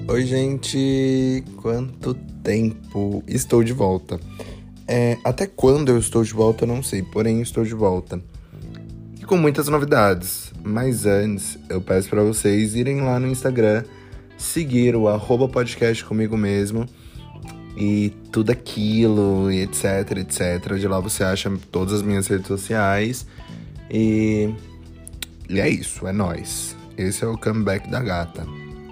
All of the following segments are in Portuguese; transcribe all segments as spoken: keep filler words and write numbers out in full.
Oi, gente! Quanto tempo! Estou de volta. É, até quando eu estou de volta, eu não sei, porém estou de volta. E com muitas novidades. Mas antes, eu peço para vocês irem lá no Instagram, seguir o arroba podcast comigo mesmo e tudo aquilo, e etc, etcétera. De lá você acha todas as minhas redes sociais. E, e é isso, é nóis. Esse é o comeback da gata.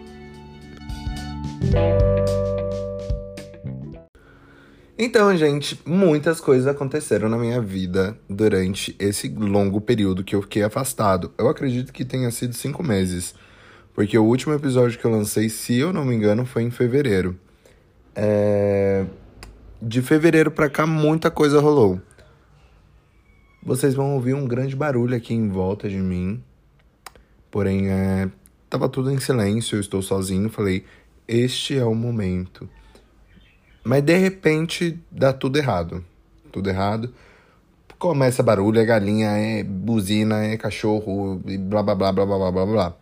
Então, gente, muitas coisas aconteceram na minha vida durante esse longo período que eu fiquei afastado. Eu acredito que tenha sido cinco meses, porque o último episódio que eu lancei, se eu não me engano, foi em fevereiro. É... De fevereiro pra cá, muita coisa rolou. Vocês vão ouvir um grande barulho aqui em volta de mim, porém, é... tava tudo em silêncio, eu estou sozinho, falei, este é o momento. Mas de repente dá tudo errado. Tudo errado. Começa barulho, é galinha, é buzina, é cachorro, e blá blá blá blá blá blá blá.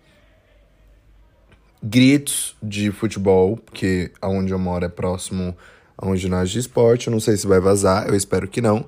Gritos de futebol, porque aonde eu moro é próximo a um ginásio de esporte. Eu não sei se vai vazar, eu espero que não.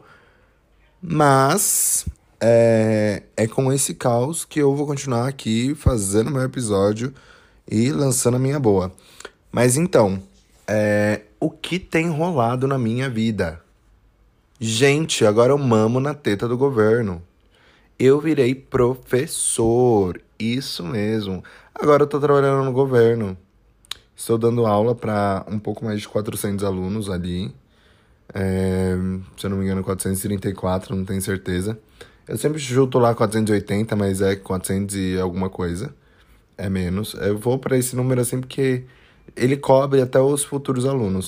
Mas é, é com esse caos que eu vou continuar aqui fazendo meu episódio e lançando a minha boa. Mas então, é, o que tem rolado na minha vida? Gente, agora eu mamo na teta do governo. Eu virei professor, isso mesmo. Agora eu tô trabalhando no governo. Estou dando aula para um pouco mais de quatrocentos alunos ali. É, se eu não me engano, quatrocentos e trinta e quatro, não tenho certeza. Eu sempre chuto lá quatrocentos e oitenta, mas é quatrocentos e alguma coisa. É menos. Eu vou para esse número assim porque ele cobre até os futuros alunos.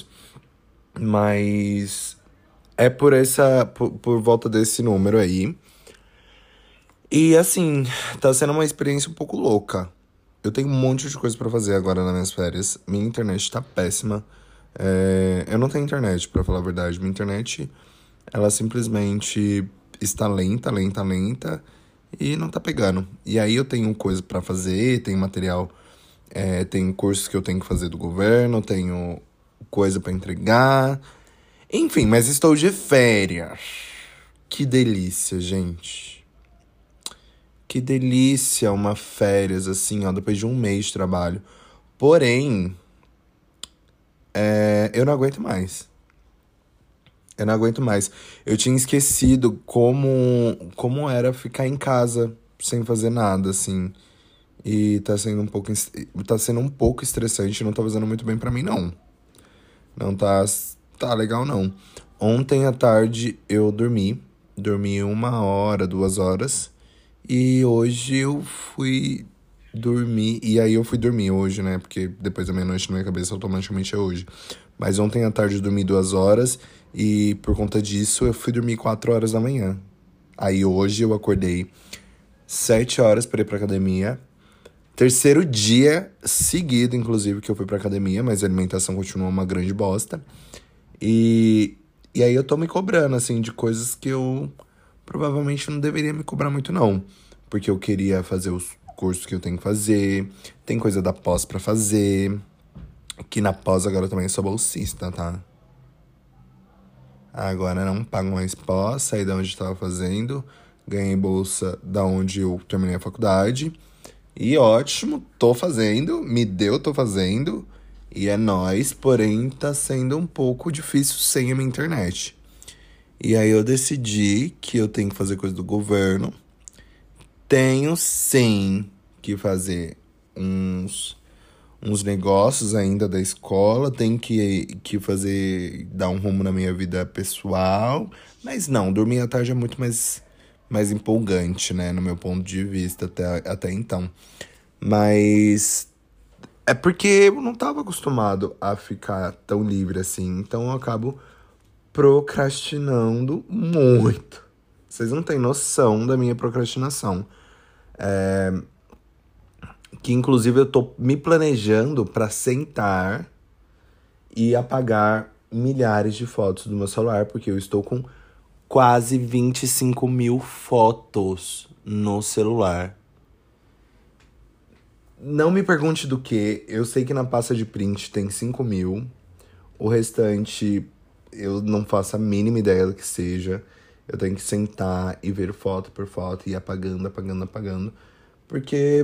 Mas é por essa por, por volta desse número aí. E assim, tá sendo uma experiência um pouco louca. Eu tenho um monte de coisa pra fazer agora nas minhas férias. Minha internet tá péssima. É, eu não tenho internet, pra falar a verdade. Minha internet, ela simplesmente está lenta, lenta, lenta e não tá pegando. E aí eu tenho coisa pra fazer, tenho material, é, tenho cursos que eu tenho que fazer do governo, tenho coisa pra entregar. Enfim, mas estou de férias. Que delícia, gente. Que delícia uma férias, assim, ó, depois de um mês de trabalho. Porém, é, eu não aguento mais. Eu não aguento mais. Eu tinha esquecido como, como era ficar em casa sem fazer nada, assim. E tá sendo um pouco, tá sendo um pouco estressante, não tá fazendo muito bem pra mim, não. Não tá, tá legal, não. Ontem à tarde eu dormi. Dormi uma hora, duas horas. E hoje eu fui dormir. E aí eu fui dormir hoje, né? Porque depois da meia-noite na minha cabeça automaticamente é hoje. Mas ontem à tarde eu dormi duas horas. E por conta disso eu fui dormir quatro horas da manhã. Aí hoje eu acordei sete horas para ir pra academia. Terceiro dia seguido, inclusive, que eu fui pra academia. Mas a alimentação continua uma grande bosta. E, e aí eu tô me cobrando, assim, de coisas que eu provavelmente não deveria me cobrar muito, não. Porque eu queria fazer os cursos que eu tenho que fazer. Tem coisa da pós pra fazer. Que na pós agora eu também sou bolsista, tá? Agora não pago mais pós, saí da onde eu tava fazendo. Ganhei bolsa da onde eu terminei a faculdade. E ótimo, tô fazendo. Me deu, tô fazendo. E é nóis, porém tá sendo um pouco difícil sem a minha internet. E aí eu decidi que eu tenho que fazer coisa do governo. Tenho sim que fazer uns, uns negócios ainda da escola. Tenho que, que fazer, dar um rumo na minha vida pessoal. Mas não, dormir à tarde é muito mais, mais empolgante, né? No meu ponto de vista até, até então. Mas é porque eu não tava acostumado a ficar tão livre assim. Então eu acabo procrastinando muito. Vocês não têm noção da minha procrastinação. É... Que inclusive eu tô me planejando pra sentar e apagar milhares de fotos do meu celular, porque eu estou com quase vinte e cinco mil fotos no celular. Não me pergunte do que. Eu sei que na pasta de print tem cinco mil. O restante, eu não faço a mínima ideia do que seja. Eu tenho que sentar e ver foto por foto e ir apagando, apagando, apagando. Porque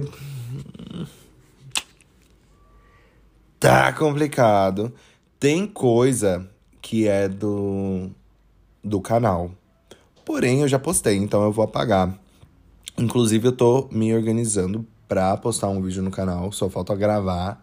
tá complicado. Tem coisa que é do, do canal. Porém, eu já postei, então eu vou apagar. Inclusive, eu tô me organizando pra postar um vídeo no canal. Só falta gravar.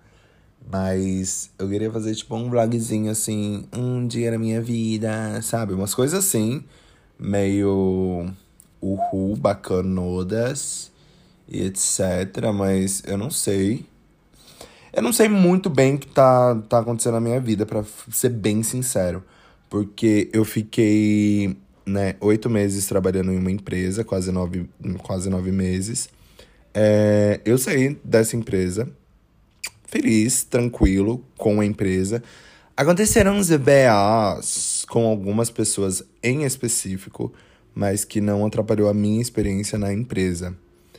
Mas eu queria fazer, tipo, um vlogzinho, assim, um dia na minha vida, sabe? Umas coisas assim, meio uhul, bacanodas e etcétera. Mas eu não sei. Eu não sei muito bem o que tá, tá acontecendo na minha vida, pra f- ser bem sincero. Porque eu fiquei, né, oito meses trabalhando em uma empresa, quase nove, quase nove meses. É, eu saí dessa empresa feliz, tranquilo com a empresa. Aconteceram uns B Os com algumas pessoas em específico, mas que não atrapalhou a minha experiência na empresa.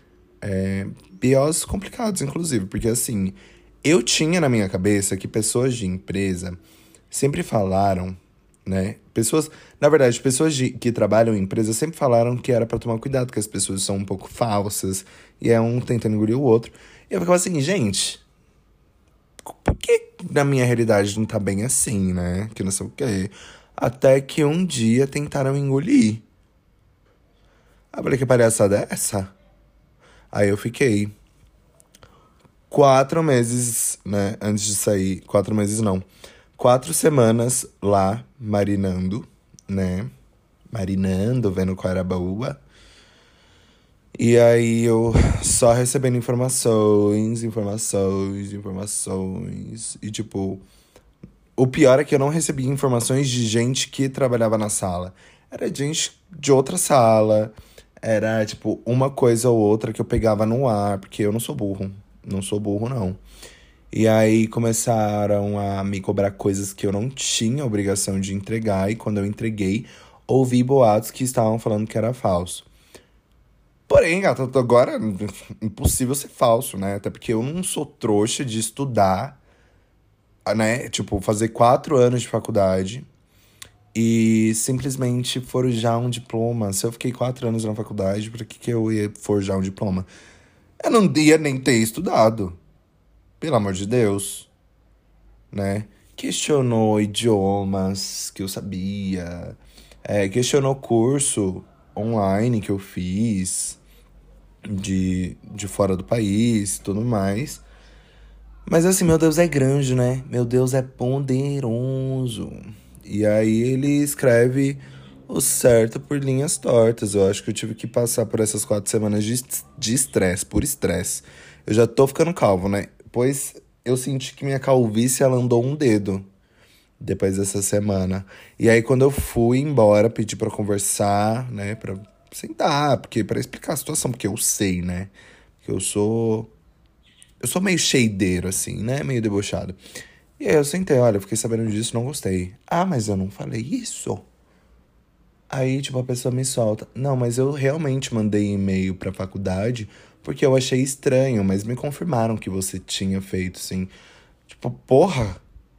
B Os complicados, inclusive, porque assim, eu tinha na minha cabeça que pessoas de empresa sempre falaram, né? Pessoas, na verdade, pessoas de, que trabalham em empresa sempre falaram que era pra tomar cuidado, que as pessoas são um pouco falsas e é um tentando engolir o outro. E eu ficava assim, gente, por que na minha realidade não tá bem assim, né? Que não sei o quê. Até que um dia tentaram engolir. Aí eu falei, que palhaçada é essa? Aí eu fiquei quatro meses, né, antes de sair. Quatro meses não. Quatro semanas lá, marinando, né? Marinando, vendo qual era a boa. E aí eu só recebendo informações, informações, informações. E tipo, o pior é que eu não recebia informações de gente que trabalhava na sala. Era gente de outra sala. Era, tipo, uma coisa ou outra que eu pegava no ar, porque eu não sou burro. Não sou burro, não. E aí começaram a me cobrar coisas que eu não tinha obrigação de entregar. E quando eu entreguei, ouvi boatos que estavam falando que era falso. Porém, gata, agora é impossível ser falso, né? Até porque eu não sou trouxa de estudar, né? Tipo, fazer quatro anos de faculdade e simplesmente forjar um diploma. Se eu fiquei quatro anos na faculdade, pra que, que eu ia forjar um diploma? Eu não ia nem ter estudado, pelo amor de Deus, né? Questionou idiomas que eu sabia, é, questionou curso online que eu fiz de, de fora do país e tudo mais. Mas assim, meu Deus é grande, né? Meu Deus é poderoso. E aí ele escreve o certo por linhas tortas. Eu acho que eu tive que passar por essas quatro semanas de est- de estresse, por estresse. Eu já tô ficando calvo, né? Pois eu senti que minha calvície ela andou um dedo depois dessa semana. E aí quando eu fui embora, pedi pra conversar, né? Pra sentar, porque para explicar a situação, porque eu sei, né? Que eu sou eu sou meio cheideiro, assim, né? Meio debochado. E aí eu sentei, olha, eu fiquei sabendo disso, não gostei. Ah, mas eu não falei isso. Aí, tipo, a pessoa me solta. Não, mas eu realmente mandei e-mail pra faculdade porque eu achei estranho, mas me confirmaram que você tinha feito, assim. Tipo, porra,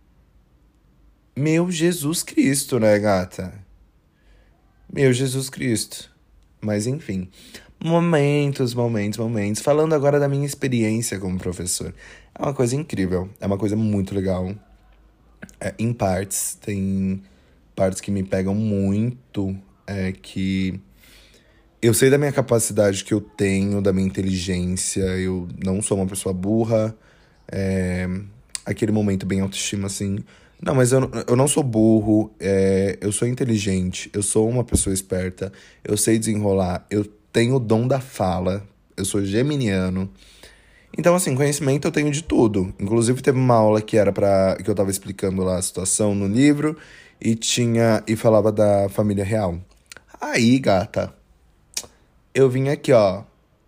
meu Jesus Cristo, né, gata? Meu Jesus Cristo. Mas enfim, momentos, momentos, momentos. Falando agora da minha experiência como professor. É uma coisa incrível, é uma coisa muito legal. É, em partes, tem partes que me pegam muito, é que eu sei da minha capacidade que eu tenho, da minha inteligência, eu não sou uma pessoa burra, é, aquele momento bem autoestima, assim. Não, mas eu, não- eu não sou burro, é, eu sou inteligente, eu sou uma pessoa esperta, eu sei desenrolar, eu tenho o dom da fala, eu sou geminiano. Então, assim, conhecimento eu tenho de tudo. Inclusive, teve uma aula que era para que eu tava explicando lá a situação no livro e tinha e falava da família real. Aí, gata, eu vim aqui, ó,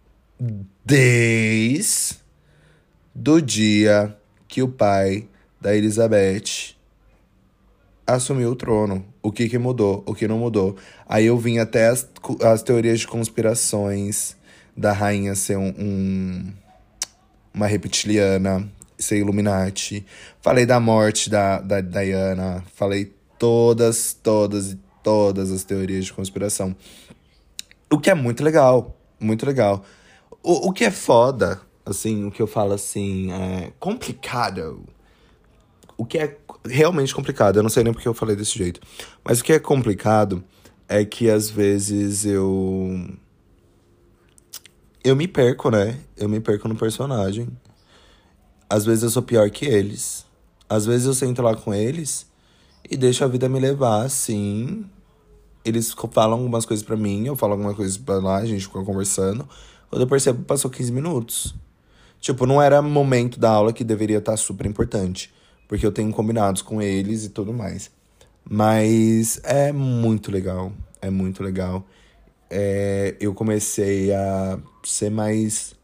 desde do dia que o pai da Elizabeth assumiu o trono. O que que mudou, o que não mudou. Aí eu vim até as, as teorias de conspirações da rainha ser um, um uma reptiliana, ser Illuminati. Falei da morte da, da Diana. Falei todas, todas, todas as teorias de conspiração. O que é muito legal, muito legal. O, o que é foda, assim, o que eu falo assim, é complicado. O que é realmente complicado, eu não sei nem porque eu falei desse jeito. Mas o que é complicado é que às vezes eu. Eu me perco, né? Eu me perco no personagem. Às vezes eu sou pior que eles. Às vezes eu sento lá com eles e deixo a vida me levar, assim. Eles falam algumas coisas pra mim, eu falo alguma coisa pra lá, a gente fica conversando. Quando eu percebo, passou quinze minutos. Tipo, não era momento da aula que deveria estar super importante. Porque eu tenho combinados com eles e tudo mais. Mas é muito legal. É muito legal. É, eu comecei a ser mais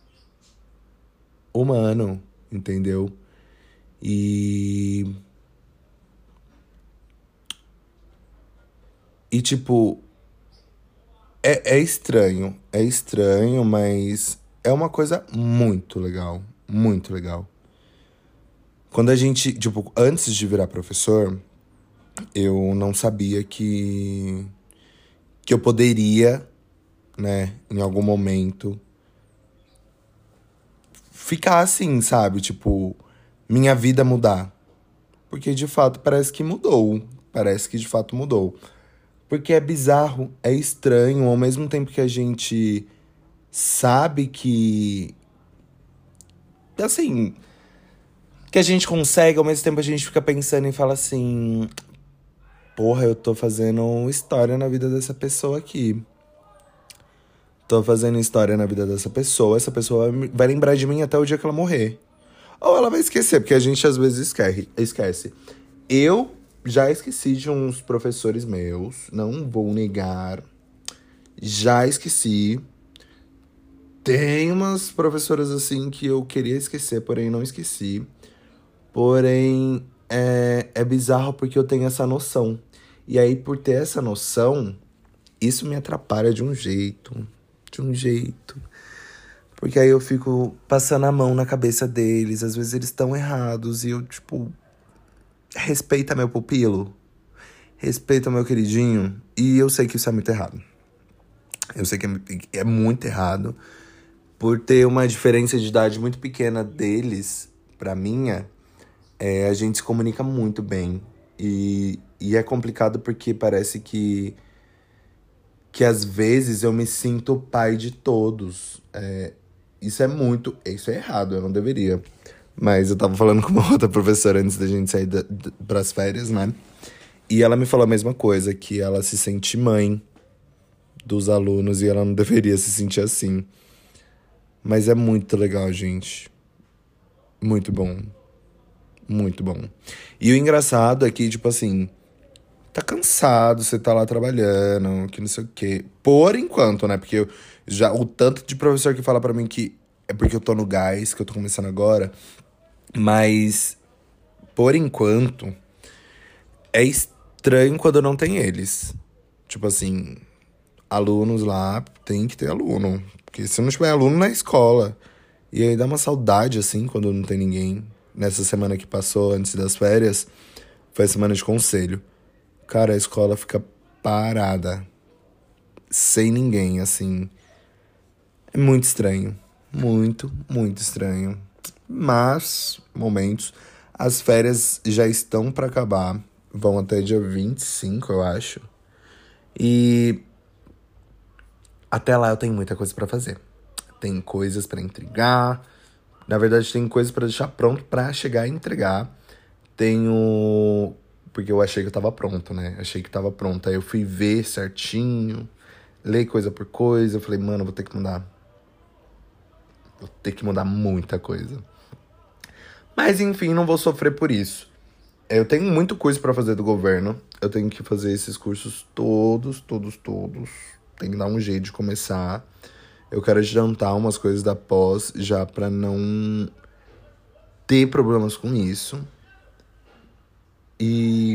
humano, entendeu? E. E, tipo, é, é estranho. É estranho, mas é uma coisa muito legal. Muito legal. Quando a gente, tipo, antes de virar professor, eu não sabia que, que eu poderia, né, em algum momento, ficar assim, sabe? Tipo, minha vida mudar. Porque de fato parece que mudou. Parece que de fato mudou. Porque é bizarro, é estranho, ao mesmo tempo que a gente sabe que. Assim. Que a gente consegue, ao mesmo tempo a gente fica pensando e fala assim. Porra, eu tô fazendo história na vida dessa pessoa aqui. Tô fazendo história na vida dessa pessoa. Essa pessoa vai lembrar de mim até o dia que ela morrer. Ou ela vai esquecer, porque a gente às vezes esquece. esquece. Eu já esqueci de uns professores meus, não vou negar. Já esqueci. Tem umas professoras assim que eu queria esquecer, porém não esqueci. Porém, é, é bizarro porque eu tenho essa noção. E aí, por ter essa noção, isso me atrapalha de um jeito. De um jeito. Porque aí eu fico passando a mão na cabeça deles. Às vezes eles estão errados. E eu, tipo, respeita meu pupilo. Respeita meu queridinho. E eu sei que isso é muito errado. Eu sei que é, é muito errado. Por ter uma diferença de idade muito pequena deles pra minha, é, a gente se comunica muito bem. E, e é complicado porque parece que, que às vezes eu me sinto pai de todos. É, isso é muito... Isso é errado, eu não deveria. Mas eu tava falando com uma outra professora antes da gente sair da, da, pras férias, né? E ela me falou a mesma coisa, que ela se sente mãe dos alunos e ela não deveria se sentir assim. Mas é muito legal, gente. Muito bom. Muito bom. E o engraçado é que, tipo assim, tá cansado, você tá lá trabalhando, que não sei o quê. Por enquanto, né? Porque eu, já o tanto de professor que fala pra mim que é porque eu tô no gás, que eu tô começando agora. Mas, por enquanto, é estranho quando não tem eles. Tipo assim, alunos lá, tem que ter aluno. Porque se não tiver aluno na escola. E aí dá uma saudade, assim, quando não tem ninguém. Nessa semana que passou, antes das férias, foi a semana de conselho. Cara, a escola fica parada. Sem ninguém, assim. É muito estranho. Muito, muito estranho. Mas, momentos. As férias já estão pra acabar. Vão até dia vinte e cinco, eu acho. E até lá eu tenho muita coisa pra fazer. Tem coisas pra entregar. Na verdade, tem coisas pra deixar pronto pra chegar e entregar. Tenho... Porque eu achei que eu tava pronto, né? Achei que tava pronto. Aí eu fui ver certinho, ler coisa por coisa. Eu falei, mano, vou ter que mudar. Vou ter que mudar muita coisa. Mas, enfim, não vou sofrer por isso. Eu tenho muito curso pra fazer do governo. Eu tenho que fazer esses cursos todos, todos, todos. Tem que dar um jeito de começar. Eu quero adiantar umas coisas da pós já pra não ter problemas com isso. E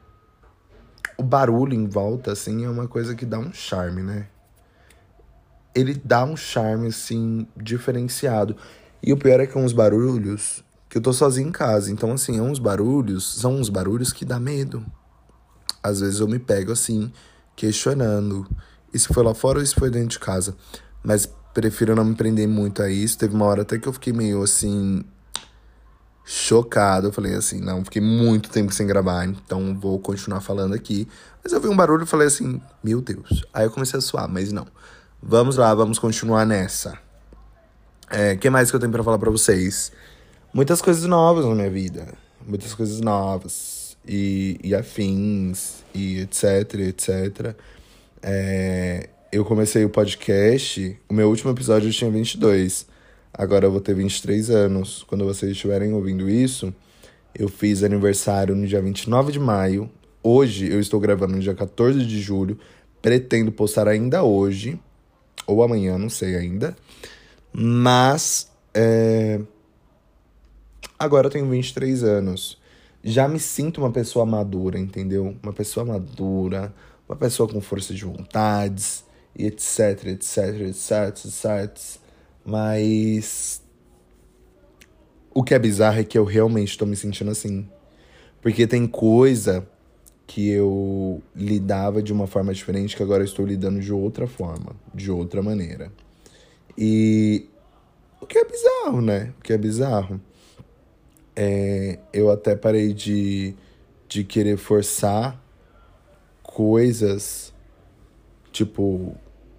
o barulho em volta, assim, é uma coisa que dá um charme, né? ele dá um charme, assim, diferenciado. E o pior é que é uns barulhos que eu tô sozinho em casa. Então, assim, é uns barulhos, são uns barulhos que dá medo. Às vezes eu me pego, assim, questionando. Isso foi lá fora ou isso foi dentro de casa? Mas prefiro não me prender muito a isso. Teve uma hora até que eu fiquei meio, assim, chocado. Eu falei assim, não, fiquei muito tempo sem gravar, então vou continuar falando aqui. Mas eu vi um barulho e falei assim, meu Deus. Aí eu comecei a suar, mas não. Vamos lá, vamos continuar nessa. É, o que mais que eu tenho pra falar pra vocês? Muitas coisas novas na minha vida. Muitas coisas novas. E, e afins, e etc, etcétera. É, eu comecei o podcast, o meu último episódio eu tinha vinte e dois. Agora eu vou ter vinte e três anos. Quando vocês estiverem ouvindo isso, eu fiz aniversário no dia vinte e nove de maio. Hoje eu estou gravando no dia quatorze de julho. Pretendo postar ainda hoje, ou amanhã, não sei ainda. Mas, é... agora eu tenho vinte e três anos. Já me sinto uma pessoa madura, entendeu? Uma pessoa madura, uma pessoa com força de vontades, e etc, etc, etc, etcétera. Mas o que é bizarro é que eu realmente tô me sentindo assim. Porque tem coisa que eu lidava de uma forma diferente que agora eu estou lidando de outra forma, de outra maneira. E o que é bizarro, né? O que é bizarro. É, eu até parei de, de querer forçar coisas, tipo,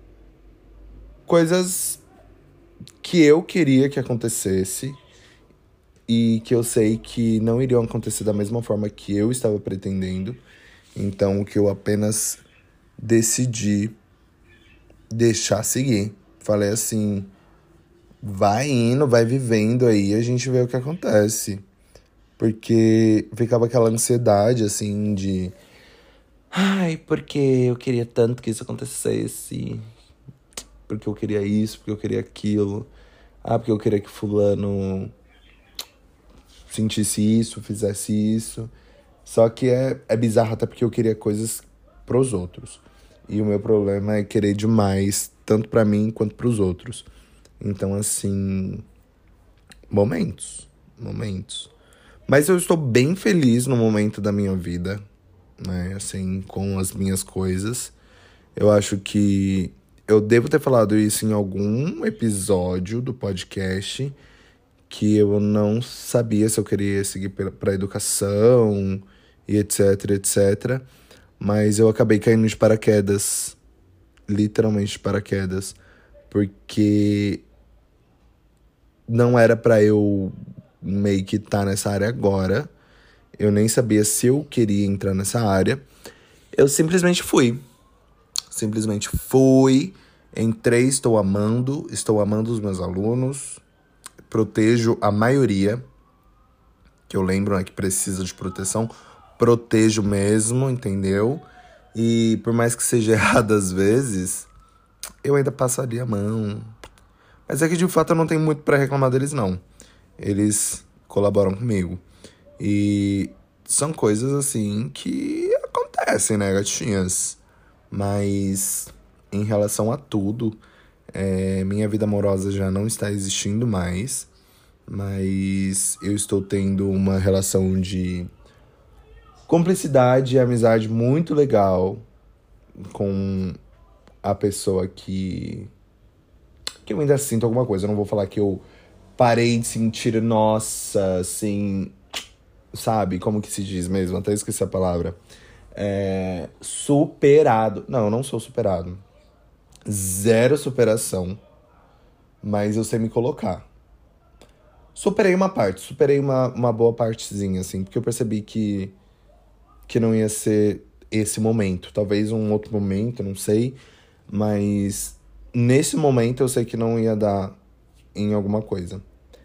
coisas que eu queria que acontecesse e que eu sei que não iriam acontecer da mesma forma que eu estava pretendendo. Então, o que eu apenas decidi deixar seguir. Falei assim, vai indo, vai vivendo aí, a gente vê o que acontece. Porque ficava aquela ansiedade, assim, de... Ai, porque eu queria tanto que isso acontecesse. Porque eu queria isso, porque eu queria aquilo. Ah, porque eu queria que fulano sentisse isso, fizesse isso. Só que é, é bizarro até porque eu queria coisas pros outros. E o meu problema é querer demais, tanto pra mim quanto pros outros. Então, assim... Momentos. Momentos. Mas eu estou bem feliz no momento da minha vida, né? Assim, com as minhas coisas. Eu acho que eu devo ter falado isso em algum episódio do podcast, que eu não sabia se eu queria seguir para educação e etc, etcétera. Mas eu acabei caindo de paraquedas, literalmente de paraquedas, porque não era para eu meio que estar nessa área agora. Eu nem sabia se eu queria entrar nessa área. Eu simplesmente fui. Simplesmente fui, entrei, estou amando, estou amando os meus alunos, protejo a maioria, que eu lembro, né, que precisa de proteção, protejo mesmo, entendeu? E por mais que seja errado às vezes, eu ainda passaria a mão. Mas é que de fato eu não tenho muito pra reclamar deles, não. Eles colaboram comigo. E são coisas assim que acontecem, né, gatinhas? Mas em relação a tudo, é, minha vida amorosa já não está existindo mais. Mas eu estou tendo uma relação de cumplicidade e amizade muito legal com a pessoa que, que eu ainda sinto alguma coisa. Eu não vou falar que eu parei de sentir, nossa, assim, sabe? Como que se diz mesmo? Até esqueci a palavra. É, superado. Não, eu não sou superado. Zero superação. Mas eu sei me colocar. Superei uma parte, superei uma, uma boa partezinha, assim, porque eu percebi que, que não ia ser esse momento. Talvez um outro momento, não sei. Mas nesse momento eu sei que não ia dar em alguma coisa.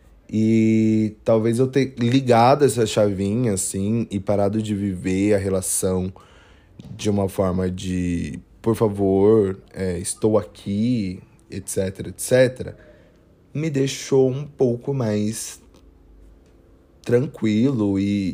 E talvez eu ter ligado essa chavinha, assim, e parado de viver a relação de uma forma de, por favor, é, estou aqui, etc, etcétera, me deixou um pouco mais tranquilo e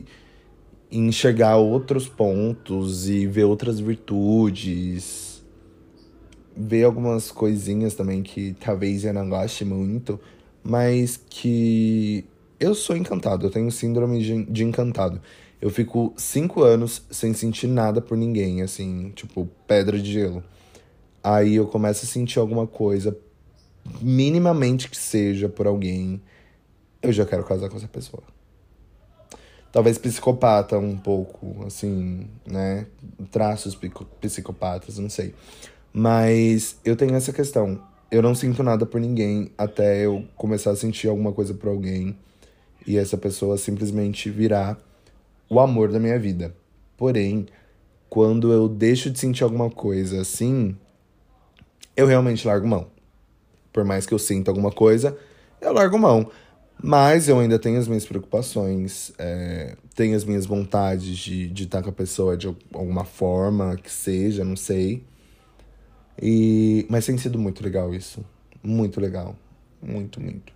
enxergar outros pontos e ver outras virtudes. ver algumas coisinhas também que talvez eu não goste muito, mas que eu sou encantado, eu tenho síndrome de, de encantado. Eu fico cinco anos sem sentir nada por ninguém, assim, tipo, pedra de gelo. Aí eu começo a sentir alguma coisa, minimamente que seja por alguém, eu já quero casar com essa pessoa. Talvez psicopata um pouco, assim, né? Traços pico- psicopatas, não sei. Mas eu tenho essa questão. Eu não sinto nada por ninguém até eu começar a sentir alguma coisa por alguém e essa pessoa simplesmente virar o amor da minha vida. Porém, quando eu deixo de sentir alguma coisa assim, eu realmente largo mão. Por mais que eu sinta alguma coisa, eu largo mão. Mas eu ainda tenho as minhas preocupações, é, tenho as minhas vontades de de estar com a pessoa de alguma forma que seja, não sei. E, mas tem sido muito legal isso. Muito legal. Muito, muito.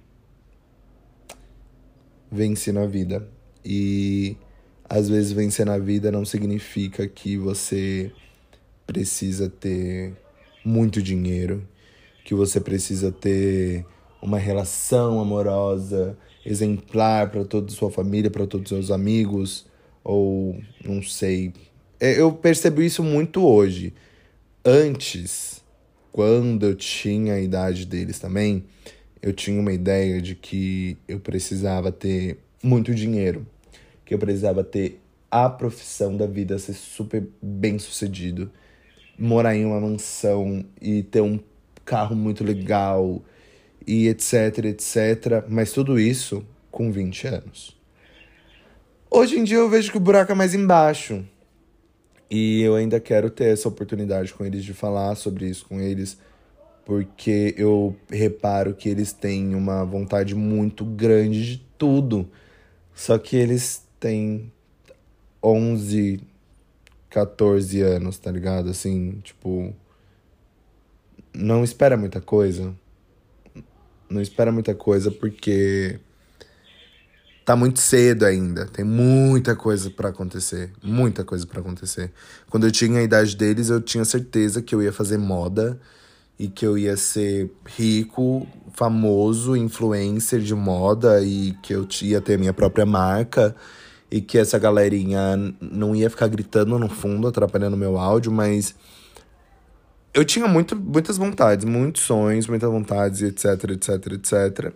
Venci na vida. E às vezes vencer na vida não significa que você precisa ter muito dinheiro, que você precisa ter uma relação amorosa exemplar para toda a sua família, para todos os seus amigos, ou não sei. É, Eu percebo isso muito hoje. Antes, quando eu tinha a idade deles também, eu tinha uma ideia de que eu precisava ter muito dinheiro, que eu precisava ter a profissão da vida, ser super bem sucedido, morar em uma mansão e ter um carro muito legal e etc, etc. Mas tudo isso com vinte anos. Hoje em dia eu vejo que o buraco é mais embaixo. E eu ainda quero ter essa oportunidade com eles de falar sobre isso com eles, porque eu reparo que eles têm uma vontade muito grande de tudo. Só que eles têm onze, quatorze anos, tá ligado? Assim, tipo, não espera muita coisa. Não espera muita coisa porque tá muito cedo ainda. Tem muita coisa pra acontecer. Muita coisa pra acontecer. Quando eu tinha a idade deles, eu tinha certeza que eu ia fazer moda e que eu ia ser rico, famoso, influencer de moda e que eu ia ter minha própria marca e que essa galerinha não ia ficar gritando no fundo, atrapalhando meu áudio, mas eu tinha muito, muitas vontades, muitos sonhos, muitas vontades, etc, etc, etcétera.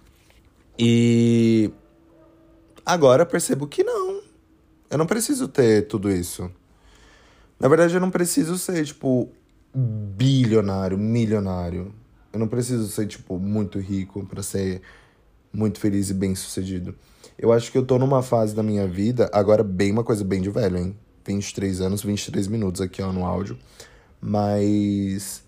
E agora eu percebo que não. Eu não preciso ter tudo isso. Na verdade, eu não preciso ser, tipo, bilionário, milionário. Eu não preciso ser, tipo, muito rico pra ser muito feliz e bem-sucedido. Eu acho que eu tô numa fase da minha vida, agora bem uma coisa bem de velho, hein? Vinte e três anos, vinte e três minutos aqui, ó, no áudio. Mas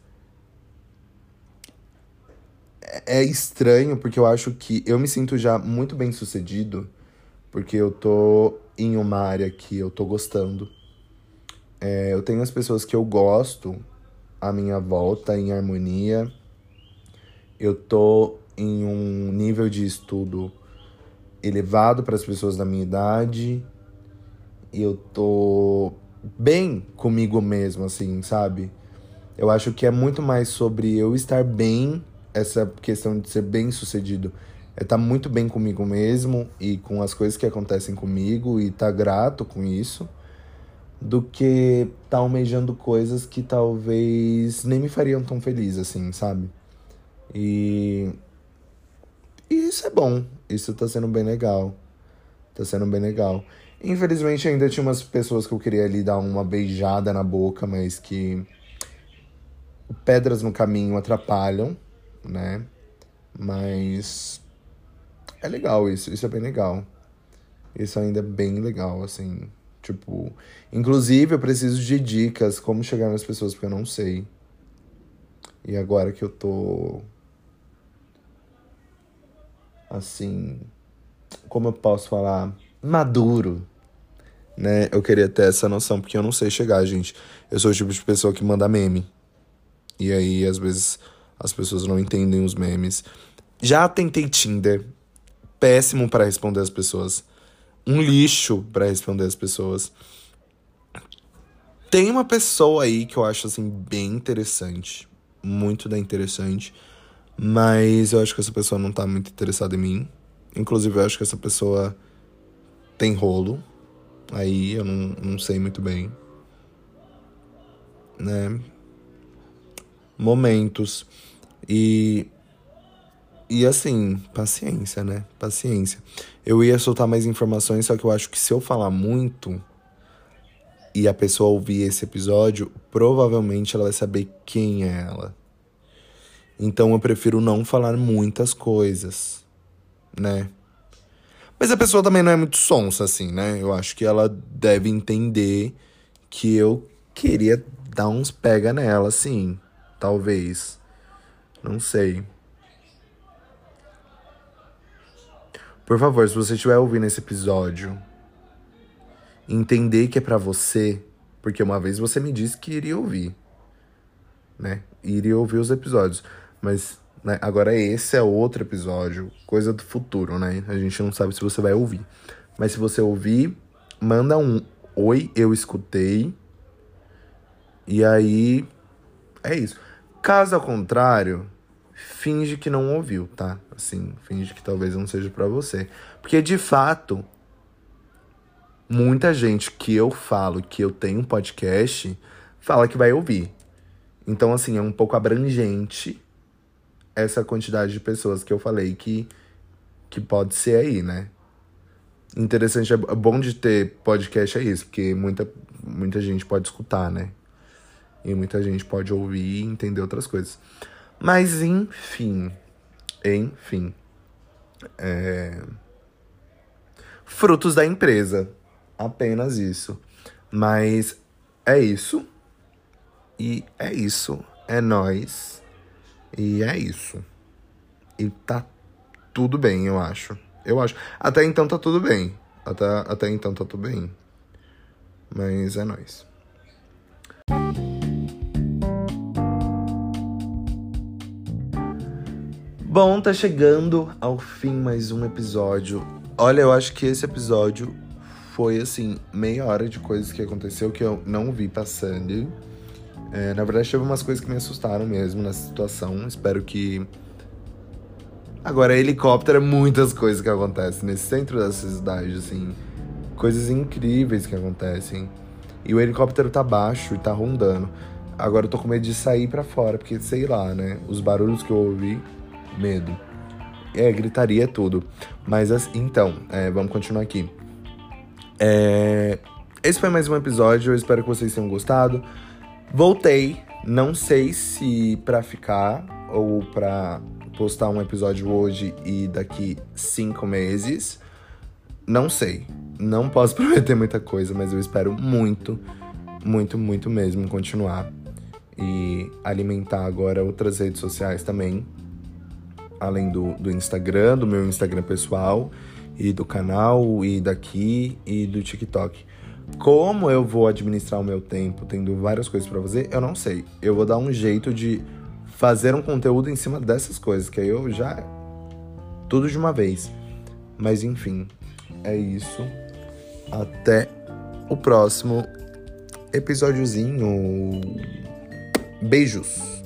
é estranho porque eu acho que eu me sinto já muito bem-sucedido porque eu tô em uma área que eu tô gostando. É, eu tenho as pessoas que eu gosto à minha volta em harmonia. Eu tô em um nível de estudo elevado para as pessoas da minha idade. E eu tô bem comigo mesmo, assim, sabe? Eu acho que é muito mais sobre eu estar bem, essa questão de ser bem sucedido. É estar muito bem comigo mesmo e com as coisas que acontecem comigo e estar grato com isso, do que estar almejando coisas que talvez nem me fariam tão feliz, assim, sabe? E, e isso é bom, isso tá sendo bem legal, tá sendo bem legal. Infelizmente ainda tinha umas pessoas que eu queria ali dar uma beijada na boca, mas que pedras no caminho atrapalham, né? Mas é legal isso, isso é bem legal. Isso ainda é bem legal, assim. Tipo, inclusive eu preciso de dicas como chegar nas pessoas, porque eu não sei. E agora que eu tô, assim, como eu posso falar? Maduro, né? Eu queria ter essa noção, porque eu não sei chegar, gente. Eu sou o tipo de pessoa que manda meme. E aí, às vezes, as pessoas não entendem os memes. Já tentei Tinder. Péssimo para responder as pessoas. Um lixo para responder as pessoas. Tem uma pessoa aí que eu acho, assim, bem interessante. muito da interessante, mas eu acho que essa pessoa não tá muito interessada em mim. Inclusive, eu acho que essa pessoa tem rolo. Aí eu não, não sei muito bem, né? Momentos. E, e assim, paciência, né? Paciência. Eu ia soltar mais informações, só que eu acho que se eu falar muito e a pessoa ouvir esse episódio, provavelmente ela vai saber quem é ela. Então eu prefiro não falar muitas coisas, né? Mas a pessoa também não é muito sonsa, assim, né? Eu acho que ela deve entender que eu queria dar uns pega nela, assim. Talvez. Não sei. Por favor, se você estiver ouvindo esse episódio, entender que é pra você, porque uma vez você me disse que iria ouvir, né? Iria ouvir os episódios. Mas, né, agora esse é outro episódio, coisa do futuro, né? A gente não sabe se você vai ouvir. Mas se você ouvir, manda um oi, eu escutei. E aí, é isso. Caso ao contrário, finge que não ouviu, tá? Assim, finge que talvez não seja pra você. Porque, de fato, muita gente que eu falo que eu tenho um podcast fala que vai ouvir. Então, assim, é um pouco abrangente essa quantidade de pessoas que eu falei que, que pode ser aí, né? Interessante, é bom de ter podcast é isso, porque muita, muita gente pode escutar, né? E muita gente pode ouvir e entender outras coisas. Mas, enfim, enfim, é... frutos da empresa, apenas isso. Mas é isso, e é isso, é nóis, e é isso. E tá tudo bem, eu acho. Eu acho. Até então tá tudo bem. Até, até então tá tudo bem. Mas é nóis. Bom, tá chegando ao fim mais um episódio. Olha, eu acho que esse episódio foi, assim, meia hora de coisas que aconteceu que eu não vi passando. É, na verdade, teve umas coisas que me assustaram mesmo nessa situação. Espero que... Agora, helicóptero é muitas coisas que acontecem nesse centro dessa cidade, assim. Coisas incríveis que acontecem. E o helicóptero tá baixo e tá rondando. Agora eu tô com medo de sair pra fora, porque, sei lá, né? Os barulhos que eu ouvi, medo. É, gritaria é tudo. Mas, assim, então, é, vamos continuar aqui. É, esse foi mais um episódio, eu espero que vocês tenham gostado. Voltei, não sei se pra ficar ou pra postar um episódio hoje e daqui cinco meses. Não sei, não posso prometer muita coisa, mas eu espero muito, muito, muito mesmo continuar. E alimentar agora outras redes sociais também. Além do, do Instagram, do meu Instagram pessoal, e do canal, e daqui, e do TikTok. Como eu vou administrar o meu tempo, tendo várias coisas pra fazer, eu não sei. Eu vou dar um jeito de fazer um conteúdo em cima dessas coisas, que aí eu já... tudo de uma vez. Mas enfim, é isso. Até o próximo episódiozinho. Beijos!